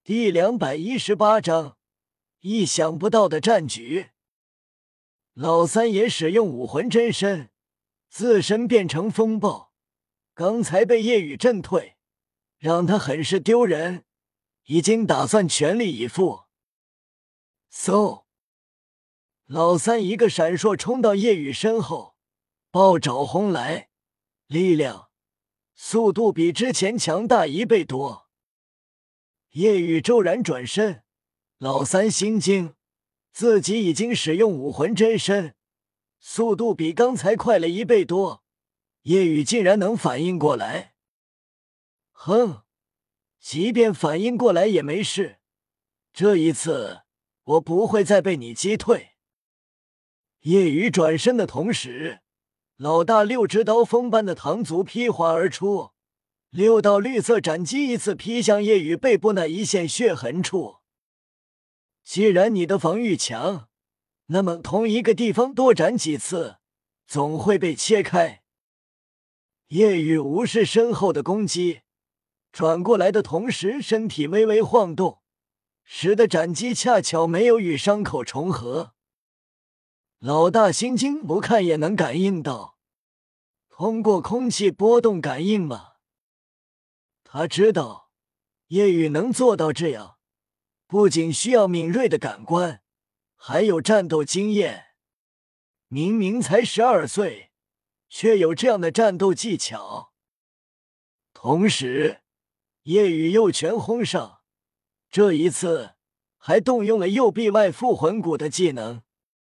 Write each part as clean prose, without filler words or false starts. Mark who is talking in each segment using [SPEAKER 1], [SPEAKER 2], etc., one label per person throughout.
[SPEAKER 1] 第218章，意想不到的战局。老三也使用武魂真身，自身变成风暴，刚才被夜雨震退，让他很是丢人，已经打算全力以赴。嗖！老三一个闪烁冲到夜雨身后，暴爪轰来，力量、速度比之前强大1倍多。夜雨骤然转身，老三心惊，自己已经使用武魂真身，速度比刚才快了1倍多，夜雨竟然能反应过来。哼，即便反应过来也没事，这一次我不会再被你击退。夜雨转身的同时，老大6只刀锋般的唐族劈划而出，6道绿色斩击依次劈向夜雨背部那一线血痕处。既然你的防御强，那么同一个地方多斩几次，总会被切开。夜雨无视身后的攻击，转过来的同时身体微微晃动，使得斩击恰巧没有与伤口重合。老大心惊，不看也能感应到，通过空气波动感应吗？他知道夜雨能做到这样，不仅需要敏锐的感官，还有战斗经验。明明才12岁，却有这样的战斗技巧。同时，夜雨右拳轰上，这一次还动用了右臂外附魂骨的技能。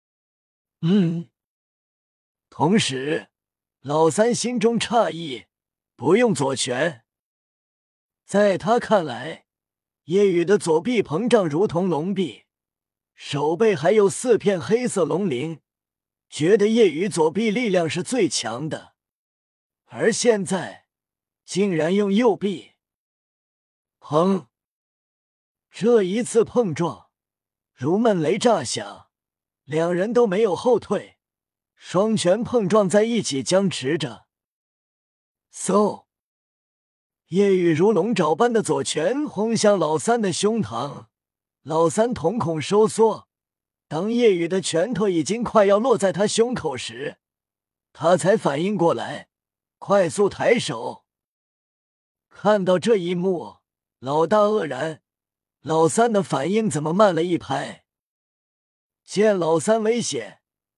[SPEAKER 1] 同时，老三心中诧异，不用左拳。在他看来，夜雨的左臂膨胀如同龙臂，手背还有4片黑色龙鳞，觉得夜雨左臂力量是最强的，而现在竟然用右臂。砰！这一次碰撞如闷雷炸响，两人都没有后退，双拳碰撞在一起僵持着。嗖！夜雨如龙爪般的左拳轰向老三的胸膛，老三瞳孔收缩。当夜雨的拳头已经快要落在他胸口时，他才反应过来，快速抬手。看到这一幕，老大愕然，老三的反应怎么慢了一拍？见老三危险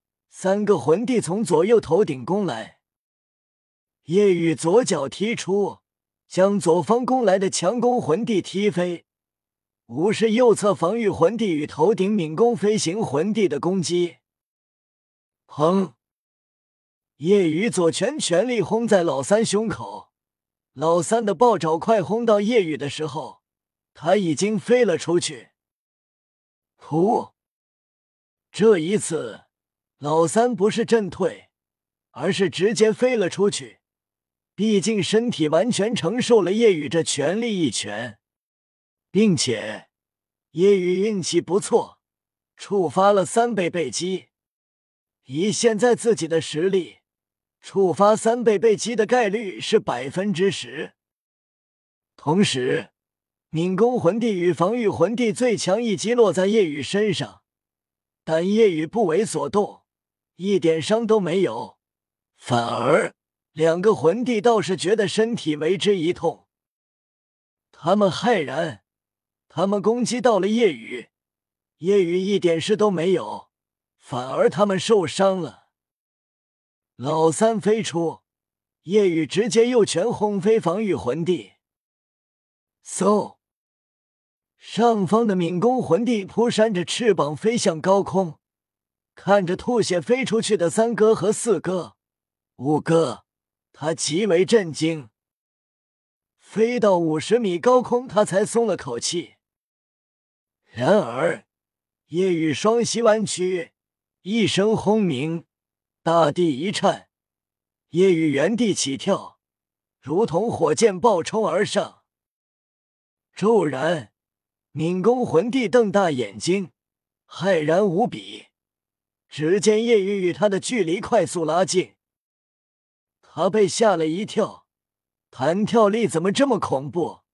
[SPEAKER 1] ，3个魂帝从左右头顶攻来。夜雨左脚踢出，将左方攻来的强攻魂帝踢飞，无视右侧防御魂帝与头顶敏攻飞行魂帝的攻击。砰！夜雨左拳全力轰在老三胸口，老三的暴爪快轰到夜雨的时候，他已经飞了出去。噗！这一次，老三不是震退，而是直接飞了出去，毕竟身体完全承受了夜雨这全力一拳。并且夜雨运气不错，触发了3倍被击。以现在自己的实力，触发3倍被击的概率是10%。同时，敏攻魂帝与防御魂帝最强一击落在夜雨身上，但夜雨不为所动，一点伤都没有，反而2个魂帝倒是觉得身体为之一痛。他们骇然，他们攻击到了夜雨，夜雨一点事都没有，反而他们受伤了。老三飞出，夜雨直接右拳轰飞防御魂帝。嗖！上方的敏攻魂帝扑扇着翅膀飞向高空，看着吐血飞出去的3哥和4哥、5哥，他极为震惊。飞到50米高空，他才松了口气。然而，夜雨双膝弯曲，一声轰鸣，大地一颤，夜雨原地起跳，如同火箭暴冲而上。骤然，敏攻魂帝瞪大眼睛，骇然无比。只见夜雨与他的距离快速拉近，他被吓了一跳，弹跳力怎么这么恐怖？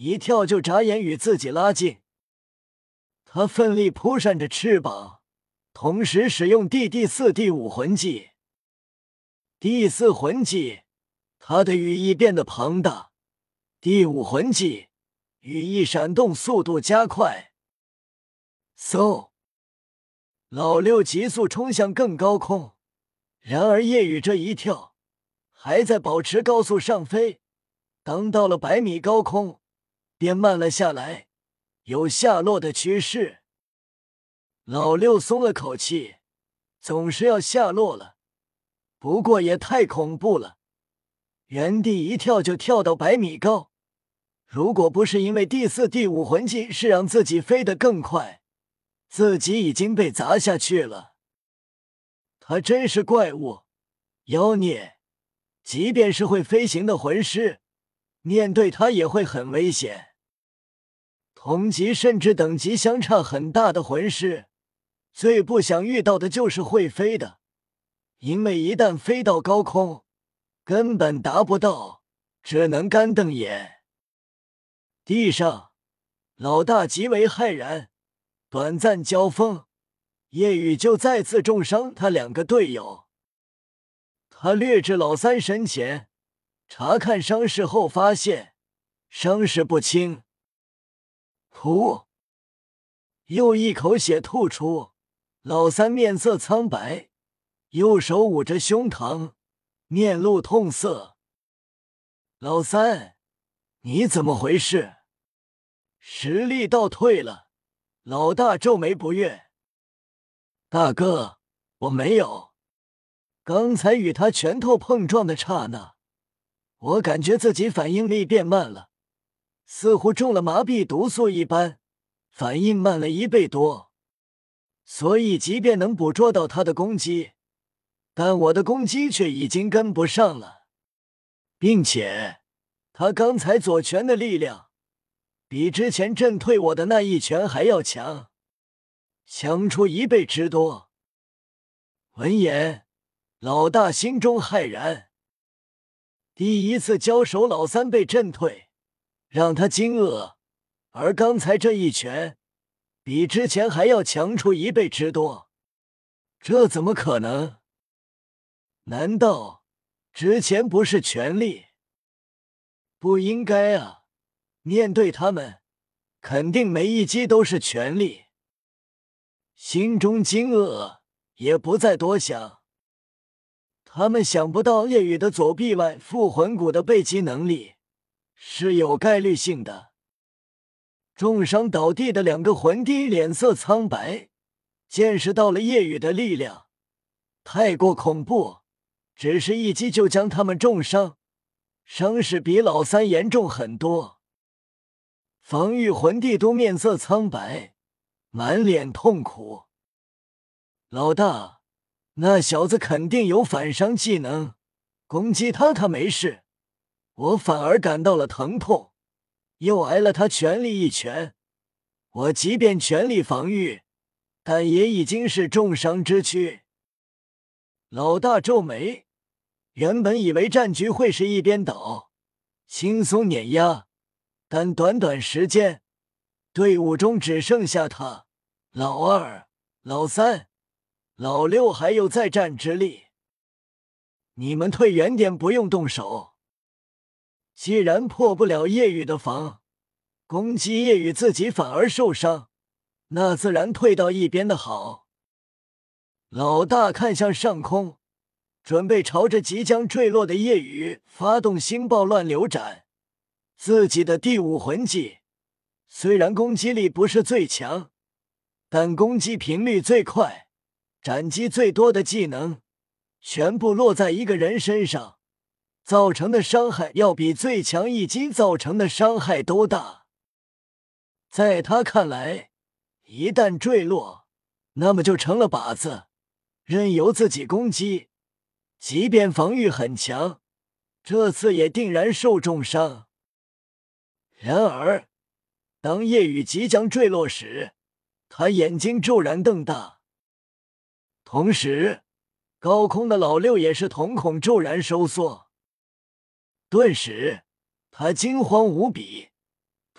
[SPEAKER 1] 一跳就眨眼与自己拉近。他奋力扑扇着翅膀，同时使用第四、第五魂技。第四魂技，他的羽翼变得庞大；第五魂技，羽翼闪动速度加快。嗖！老六急速冲向更高空，然而夜雨这一跳，还在保持高速上飞，当到了100米高空，便慢了下来，有下落的趋势。老六松了口气，总是要下落了，不过也太恐怖了，原地一跳就跳到100米高，如果不是因为第四、第五魂技是让自己飞得更快，自己已经被砸下去了。他真是怪物，妖孽，即便是会飞行的魂师，面对他也会很危险。同级甚至等级相差很大的魂师，最不想遇到的就是会飞的，因为一旦飞到高空，根本达不到，只能干瞪眼。地上，老大极为骇然，短暂交锋，夜雨就再次重伤他2个队友。他掠至老三身前，查看伤势后发现伤势不轻。噗！又一口血吐出，老三面色苍白，右手捂着胸膛，面露痛色。老三，你怎么回事？实力倒退了。老大皱眉不悦。大哥，我没有。刚才与他拳头碰撞的刹那，我感觉自己反应力变慢了，似乎中了麻痹毒素一般，反应慢了1倍多。所以即便能捕捉到他的攻击，但我的攻击却已经跟不上了，并且他刚才左拳的力量比之前震退我的那一拳还要强，强出1倍之多。闻言，老大心中骇然。第一次交手，老三被震退，让他惊愕，而刚才这一拳比之前还要强出1倍之多，这怎么可能？难道之前不是全力？不应该啊，面对他们，肯定每一击都是全力。心中惊愕，也不再多想。他们想不到夜雨的左臂外附魂骨的被击能力是有概率性的。重伤倒地的2个魂帝脸色苍白，见识到了夜雨的力量，太过恐怖，只是一击就将他们重伤，伤势比老三严重很多。防御魂帝都面色苍白，满脸痛苦。老大，那小子肯定有反伤技能，攻击他没事，我反而感到了疼痛，又挨了他全力一拳，我即便全力防御，但也已经是重伤之躯。老大皱眉，原本以为战局会是一边倒，轻松碾压，但短短时间，队伍中只剩下他、老二、老三、老六还有再战之力。你们退远点，不用动手。既然破不了夜雨的防，攻击夜雨自己反而受伤，那自然退到一边的好。老大看向上空，准备朝着即将坠落的夜雨发动星爆乱流斩。自己的第5魂技虽然攻击力不是最强，但攻击频率最快，斩击最多的技能全部落在一个人身上，造成的伤害要比最强一击造成的伤害都大。在他看来，一旦坠落，那么就成了靶子，任由自己攻击，即便防御很强，这次也定然受重伤。然而，当夜雨即将坠落时，他眼睛骤然瞪大，同时高空的老六也是瞳孔骤然收缩。顿时他惊慌无比，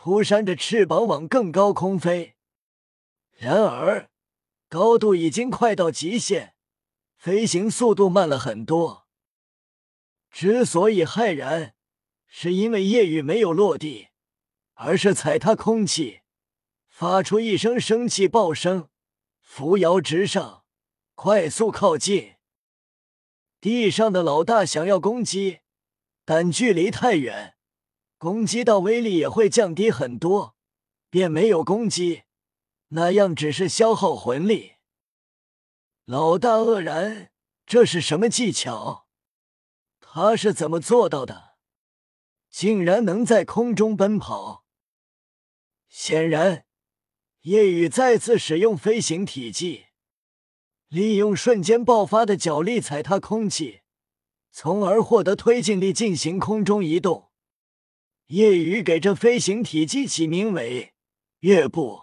[SPEAKER 1] 扑扇着翅膀往更高空飞。然而，高度已经快到极限，飞行速度慢了很多。之所以骇然，是因为夜雨没有落地，而是踩踏空气，发出一声生气爆声，扶摇直上，快速靠近。地上的老大想要攻击，但距离太远，攻击到威力也会降低很多，便没有攻击，那样只是消耗魂力。老大愕然，这是什么技巧？他是怎么做到的？竟然能在空中奔跑。显然，夜雨再次使用飞行体技，利用瞬间爆发的脚力踩踏空气，从而获得推进力进行空中移动。夜雨给这飞行体技起名为月步。